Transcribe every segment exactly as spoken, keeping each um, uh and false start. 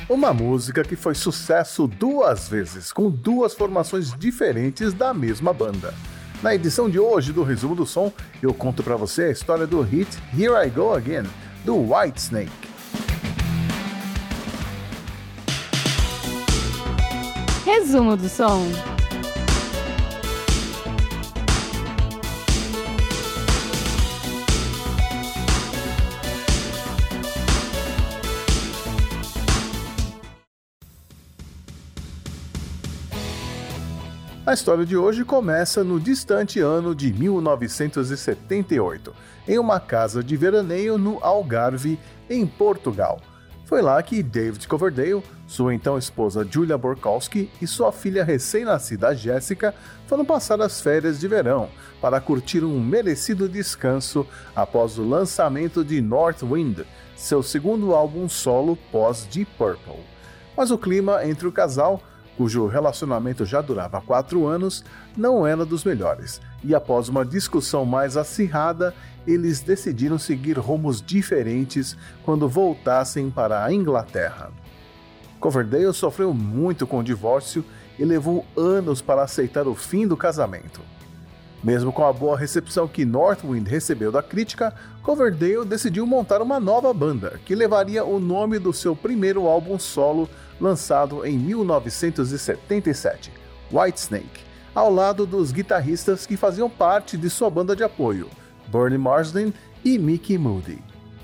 Uma música que foi sucesso duas vezes, com duas formações diferentes da mesma banda. Na edição de hoje do Resumo do Som, eu conto pra você a história do hit Here I Go Again, do Whitesnake. Resumo do Som. A história de hoje começa no distante ano de mil novecentos e setenta e oito, em uma casa de veraneio no Algarve, em Portugal. Foi lá que David Coverdale, sua então esposa Julia Borkowski e sua filha recém-nascida Jessica foram passar as férias de verão para curtir um merecido descanso após o lançamento de North Wind, seu segundo álbum solo pós Deep Purple. Mas o clima entre o casal, cujo relacionamento já durava quatro anos, não era dos melhores, e após uma discussão mais acirrada, eles decidiram seguir rumos diferentes quando voltassem para a Inglaterra. Coverdale sofreu muito com o divórcio e levou anos para aceitar o fim do casamento. Mesmo com a boa recepção que Northwind recebeu da crítica, Coverdale decidiu montar uma nova banda, que levaria o nome do seu primeiro álbum solo, lançado em mil novecentos e setenta e sete, Whitesnake, ao lado dos guitarristas que faziam parte de sua banda de apoio, Bernie Marsden e Mickey Moody.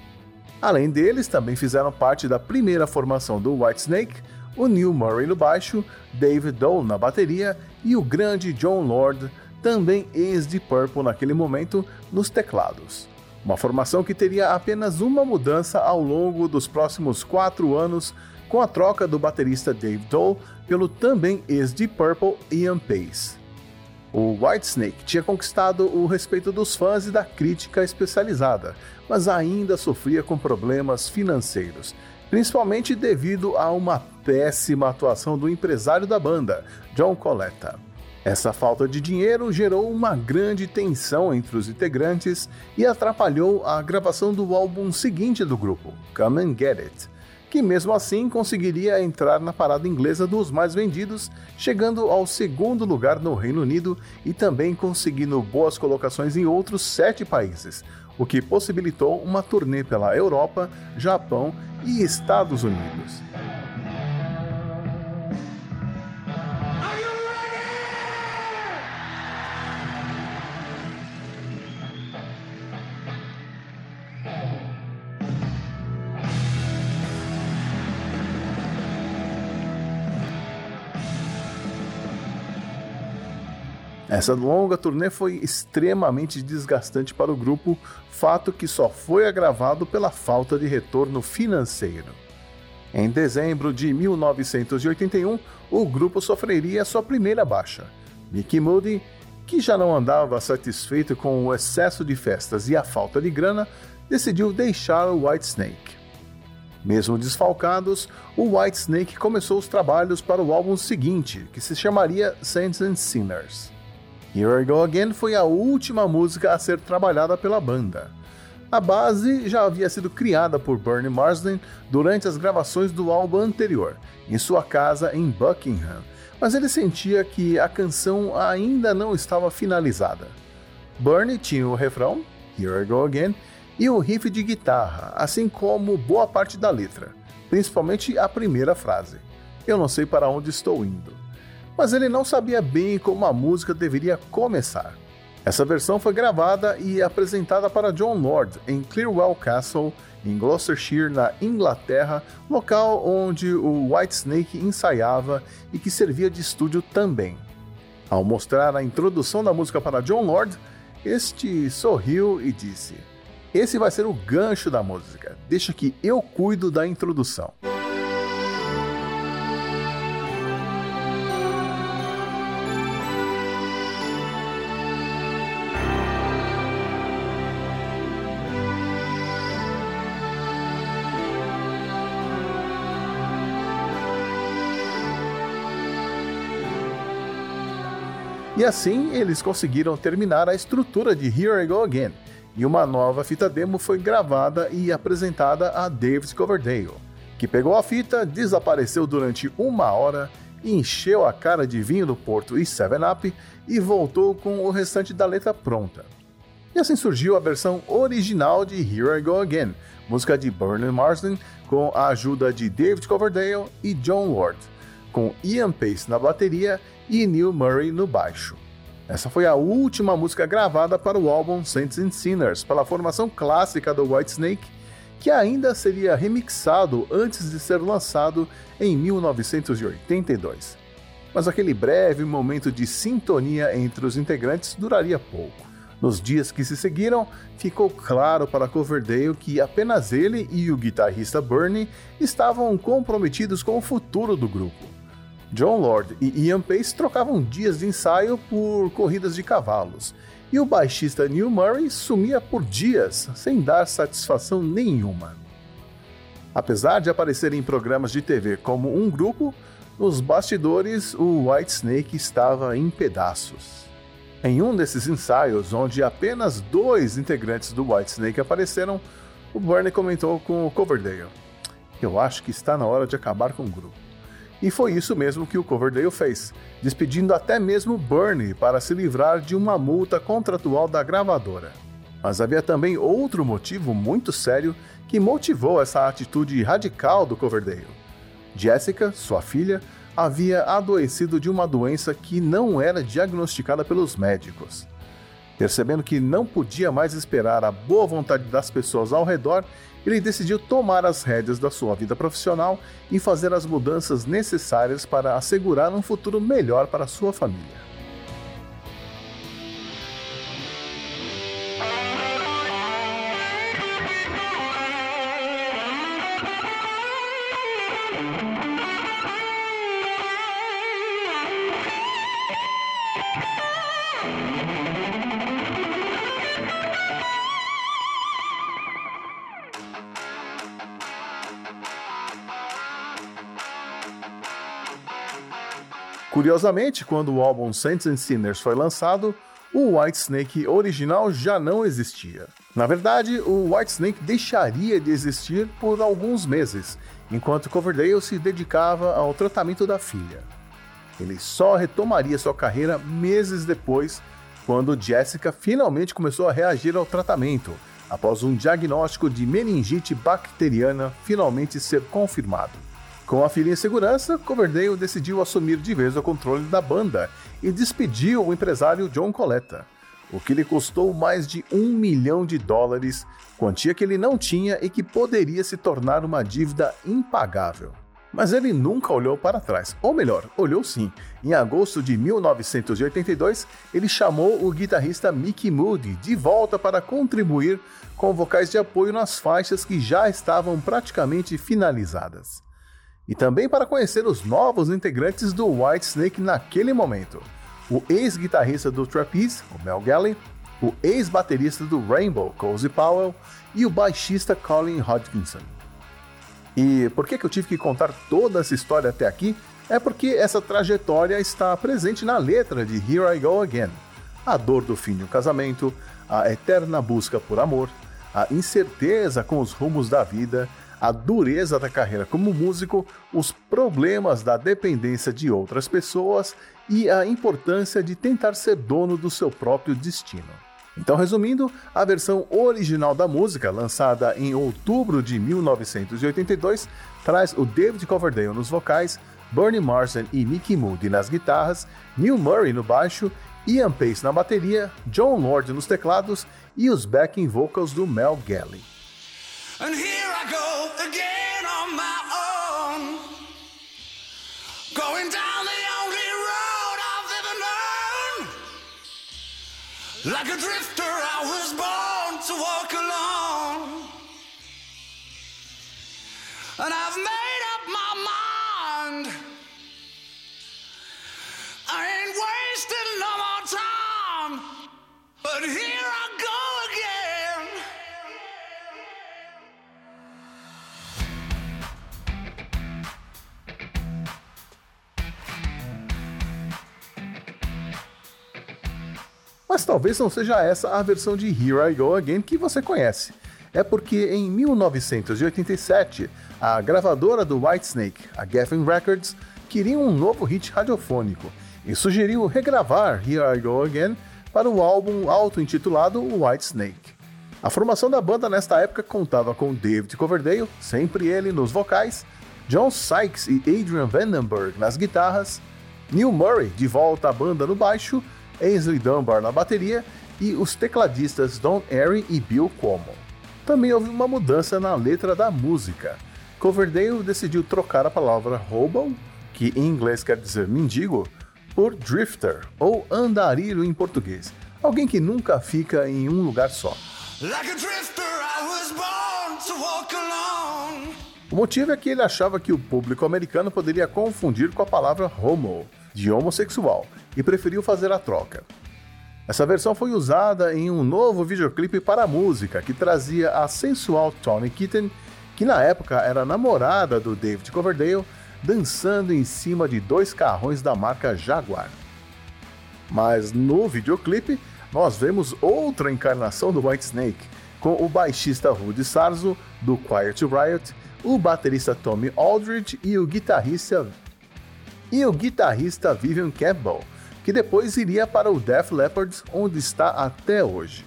Além deles, também fizeram parte da primeira formação do Whitesnake, o Neil Murray no baixo, David Dole na bateria e o grande Jon Lord, também ex de Purple naquele momento, nos teclados. Uma formação que teria apenas uma mudança ao longo dos próximos quatro anos, com a troca do baterista Dave Dole pelo também ex de Purple Ian Pace. O Whitesnake tinha conquistado o respeito dos fãs e da crítica especializada, mas ainda sofria com problemas financeiros, principalmente devido a uma péssima atuação do empresário da banda, John Coletta. Essa falta de dinheiro gerou uma grande tensão entre os integrantes e atrapalhou a gravação do álbum seguinte do grupo, Come and Get It, que mesmo assim conseguiria entrar na parada inglesa dos mais vendidos, chegando ao segundo lugar no Reino Unido e também conseguindo boas colocações em outros sete países, o que possibilitou uma turnê pela Europa, Japão e Estados Unidos. Essa longa turnê foi extremamente desgastante para o grupo, fato que só foi agravado pela falta de retorno financeiro. Em dezembro de mil novecentos e oitenta e um, o grupo sofreria sua primeira baixa. Mickey Moody, que já não andava satisfeito com o excesso de festas e a falta de grana, decidiu deixar o Whitesnake. Mesmo desfalcados, o Whitesnake começou os trabalhos para o álbum seguinte, que se chamaria Saints and Sinners. Here I Go Again foi a última música a ser trabalhada pela banda. A base já havia sido criada por Bernie Marsden durante as gravações do álbum anterior, em sua casa em Buckingham, mas ele sentia que a canção ainda não estava finalizada. Bernie tinha o refrão, Here I Go Again, e o riff de guitarra, assim como boa parte da letra, principalmente a primeira frase, Eu não sei para onde estou indo. Mas ele não sabia bem como a música deveria começar. Essa versão foi gravada e apresentada para Jon Lord em Clearwell Castle, em Gloucestershire, na Inglaterra, local onde o Whitesnake ensaiava e que servia de estúdio também. Ao mostrar a introdução da música para Jon Lord, este sorriu e disse: "Esse vai ser o gancho da música, deixa que eu cuido da introdução." E assim, eles conseguiram terminar a estrutura de Here I Go Again, e uma nova fita demo foi gravada e apresentada a David Coverdale. que pegou a fita, desapareceu durante uma hora, encheu a cara de vinho do Porto e seven up e voltou com o restante da letra pronta. E assim surgiu a versão original de Here I Go Again, música de Bernie Marsden, com a ajuda de David Coverdale e Jon Lord, com Ian Pace na bateria e Neil Murray no baixo. Essa foi a última música gravada para o álbum Saints and Sinners, pela formação clássica do Whitesnake, que ainda seria remixado antes de ser lançado em mil novecentos e oitenta e dois. Mas aquele breve momento de sintonia entre os integrantes duraria pouco. Nos dias que se seguiram, ficou claro para Coverdale que apenas ele e o guitarrista Bernie estavam comprometidos com o futuro do grupo. Jon Lord e Ian Pace trocavam dias de ensaio por corridas de cavalos, e o baixista Neil Murray sumia por dias, sem dar satisfação nenhuma. Apesar de aparecer em programas de T V como um grupo, nos bastidores o Whitesnake estava em pedaços. Em um desses ensaios, onde apenas dois integrantes do Whitesnake apareceram, o Bernie comentou com o Coverdale: "Eu acho que está na hora de acabar com o grupo." E foi isso mesmo que o Coverdale fez, despedindo até mesmo Bernie para se livrar de uma multa contratual da gravadora. Mas havia também outro motivo muito sério que motivou essa atitude radical do Coverdale. Jessica, sua filha, havia adoecido de uma doença que não era diagnosticada pelos médicos. Percebendo que não podia mais esperar a boa vontade das pessoas ao redor, ele decidiu tomar as rédeas da sua vida profissional e fazer as mudanças necessárias para assegurar um futuro melhor para sua família. Curiosamente, quando o álbum Saints and Sinners foi lançado, o Whitesnake original já não existia. Na verdade, o Whitesnake deixaria de existir por alguns meses, enquanto Coverdale se dedicava ao tratamento da filha. Ele só retomaria sua carreira meses depois, quando Jessica finalmente começou a reagir ao tratamento, após um diagnóstico de meningite bacteriana finalmente ser confirmado. Com a filha em segurança, Coverdale decidiu assumir de vez o controle da banda e despediu o empresário John Coletta, o que lhe custou mais de um milhão de dólares, quantia que ele não tinha e que poderia se tornar uma dívida impagável. Mas ele nunca olhou para trás, ou melhor, olhou sim. Em agosto de mil novecentos e oitenta e dois, ele chamou o guitarrista Mickey Moody de volta para contribuir com vocais de apoio nas faixas que já estavam praticamente finalizadas. E também para conhecer os novos integrantes do Whitesnake naquele momento: o ex-guitarrista do Trapeze, o Mel Galley, o ex-baterista do Rainbow, Cozy Powell, e o baixista Colin Hodgkinson. E por que que eu tive que contar toda essa história até aqui? É porque essa trajetória está presente na letra de Here I Go Again. A dor do fim de um casamento, a eterna busca por amor, a incerteza com os rumos da vida, a dureza da carreira como músico, os problemas da dependência de outras pessoas e a importância de tentar ser dono do seu próprio destino. Então, resumindo, a versão original da música, lançada em outubro de mil novecentos e oitenta e dois, traz o David Coverdale nos vocais, Bernie Marsden e Mickey Moody nas guitarras, Neil Murray no baixo, Ian Pace na bateria, Jon Lord nos teclados e os backing vocals do Mel Galley. And here I go again on my own, going down the only road I've ever known. Like a drifter I was born to walk alone, and I've made up my mind, I ain't wasting no more time, but here I go again. Mas talvez não seja essa a versão de Here I Go Again que você conhece. é porque em mil novecentos e oitenta e sete, a gravadora do Whitesnake, a Geffen Records, queria um novo hit radiofônico e sugeriu regravar Here I Go Again para o álbum auto-intitulado Whitesnake. A formação da banda nesta época contava com David Coverdale, sempre ele nos vocais, John Sykes e Adrian Vandenberg nas guitarras, Neil Murray de volta à banda no baixo, Ainsley Dunbar na bateria e os tecladistas Don Airey e Bill Cuomo. Também houve uma mudança na letra da música. Coverdale decidiu trocar a palavra hobo, que em inglês quer dizer mendigo, por drifter, ou andarilho em português, alguém que nunca fica em um lugar só. Like a drifter, I was born to walk alone. O motivo é que ele achava que o público americano poderia confundir com a palavra homo, de homossexual, e preferiu fazer a troca. Essa versão foi usada em um novo videoclipe para a música, que trazia a sensual Toni Keaton, que na época era namorada do David Coverdale, dançando em cima de dois carrões da marca Jaguar. Mas no videoclipe, nós vemos outra encarnação do Whitesnake, com o baixista Rudy Sarzo, do Quiet Riot, o baterista Tommy Aldridge e o guitarrista, e o guitarrista Vivian Campbell, que depois iria para o Def Leppard, onde está até hoje.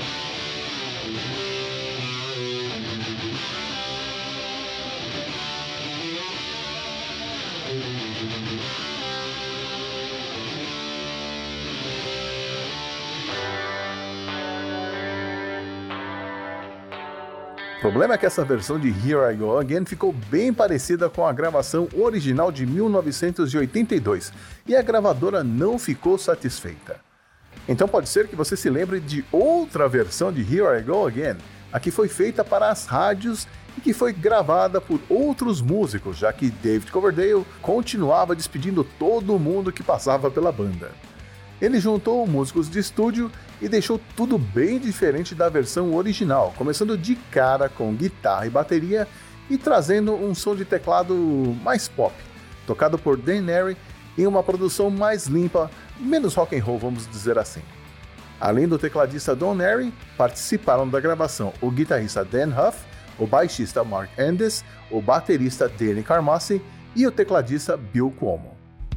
O problema é que essa versão de Here I Go Again ficou bem parecida com a gravação original de mil novecentos e oitenta e dois, e a gravadora não ficou satisfeita. Então pode ser que você se lembre de outra versão de Here I Go Again, a que foi feita para as rádios e que foi gravada por outros músicos, já que David Coverdale continuava despedindo todo mundo que passava pela banda. Ele juntou músicos de estúdio e deixou tudo bem diferente da versão original, começando de cara com guitarra e bateria e trazendo um som de teclado mais pop, tocado por Dan Airey em uma produção mais limpa, menos rock and roll, vamos dizer assim. Além do tecladista Don Airey, participaram da gravação o guitarrista Dan Huff, o baixista Mark Andes, o baterista Danny Carmassi e o tecladista Bill Cuomo.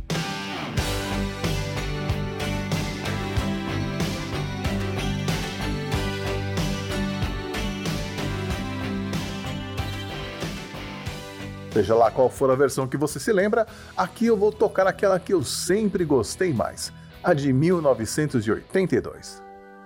Seja lá qual for a versão que você se lembra, aqui eu vou tocar aquela que eu sempre gostei mais, a de mil novecentos e oitenta e dois.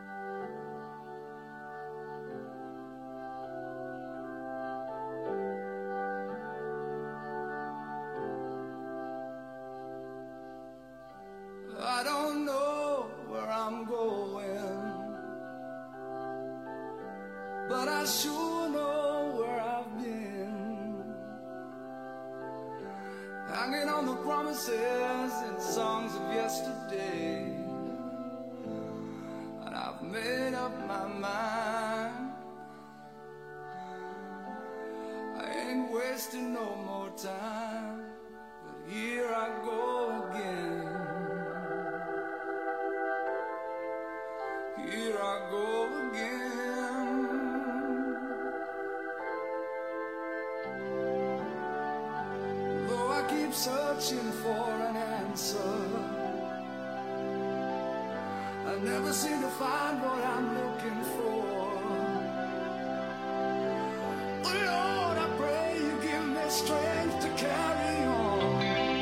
I don't know where I'm going, but I sure know where I've been. Hanging on the promises and songs of yesterday, and I've made up my mind. I ain't wasting no more time, but here I go again. Here I go again. Though I keep searching for an answer, I never seem to find what I'm looking for. Oh Lord, I pray you give me strength to carry on,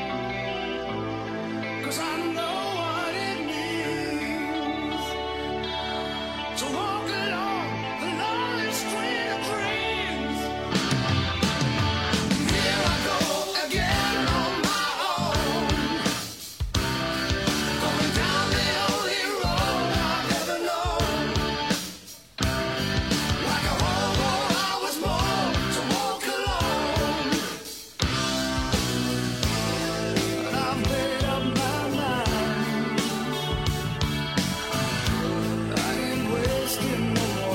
'cause I know what it means to walk along the lonely street of dreams. Here I go again on my own, going down the only road I've ever known. Like a hobo, I was born to walk alone, and I've made up my mind. I ain't wasting no more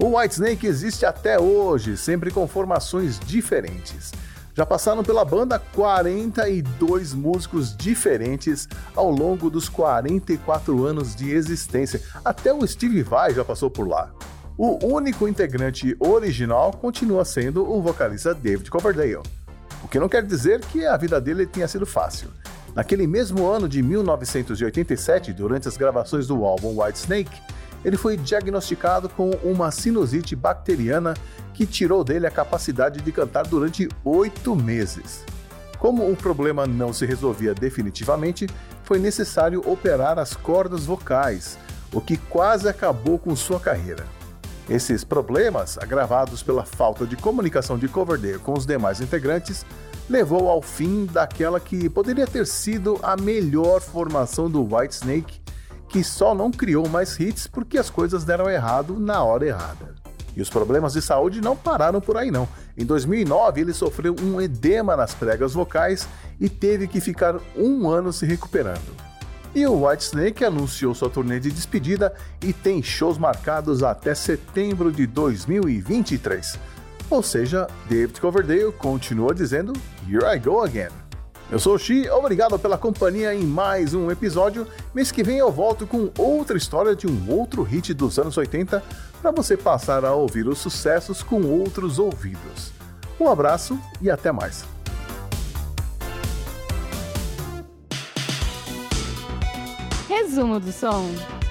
O Whitesnake existe até hoje, sempre com formações diferentes. Já passaram pela banda quarenta e dois músicos diferentes ao longo dos quarenta e quatro anos de existência. Até o Steve Vai já passou por lá. O único integrante original continua sendo o vocalista David Coverdale, o que não quer dizer que a vida dele tenha sido fácil. Naquele mesmo ano de mil novecentos e oitenta e sete, durante as gravações do álbum Whitesnake, ele foi diagnosticado com uma sinusite bacteriana que tirou dele a capacidade de cantar durante oito meses. Como o problema não se resolvia definitivamente, foi necessário operar as cordas vocais, o que quase acabou com sua carreira. Esses problemas, agravados pela falta de comunicação de Coverdale com os demais integrantes, levou ao fim daquela que poderia ter sido a melhor formação do Whitesnake, que só não criou mais hits porque as coisas deram errado na hora errada. E os problemas de saúde não pararam por aí não. Em dois mil e nove ele sofreu um edema nas pregas vocais e teve que ficar um ano se recuperando. E o Whitesnake anunciou sua turnê de despedida e tem shows marcados até setembro de dois mil e vinte e três. Ou seja, David Coverdale continua dizendo "Here I go again". Eu sou o Xi, obrigado pela companhia em mais um episódio. Mês que vem eu volto com outra história de um outro hit dos anos oitenta para você passar a ouvir os sucessos com outros ouvidos. Um abraço e até mais. Resumo do som.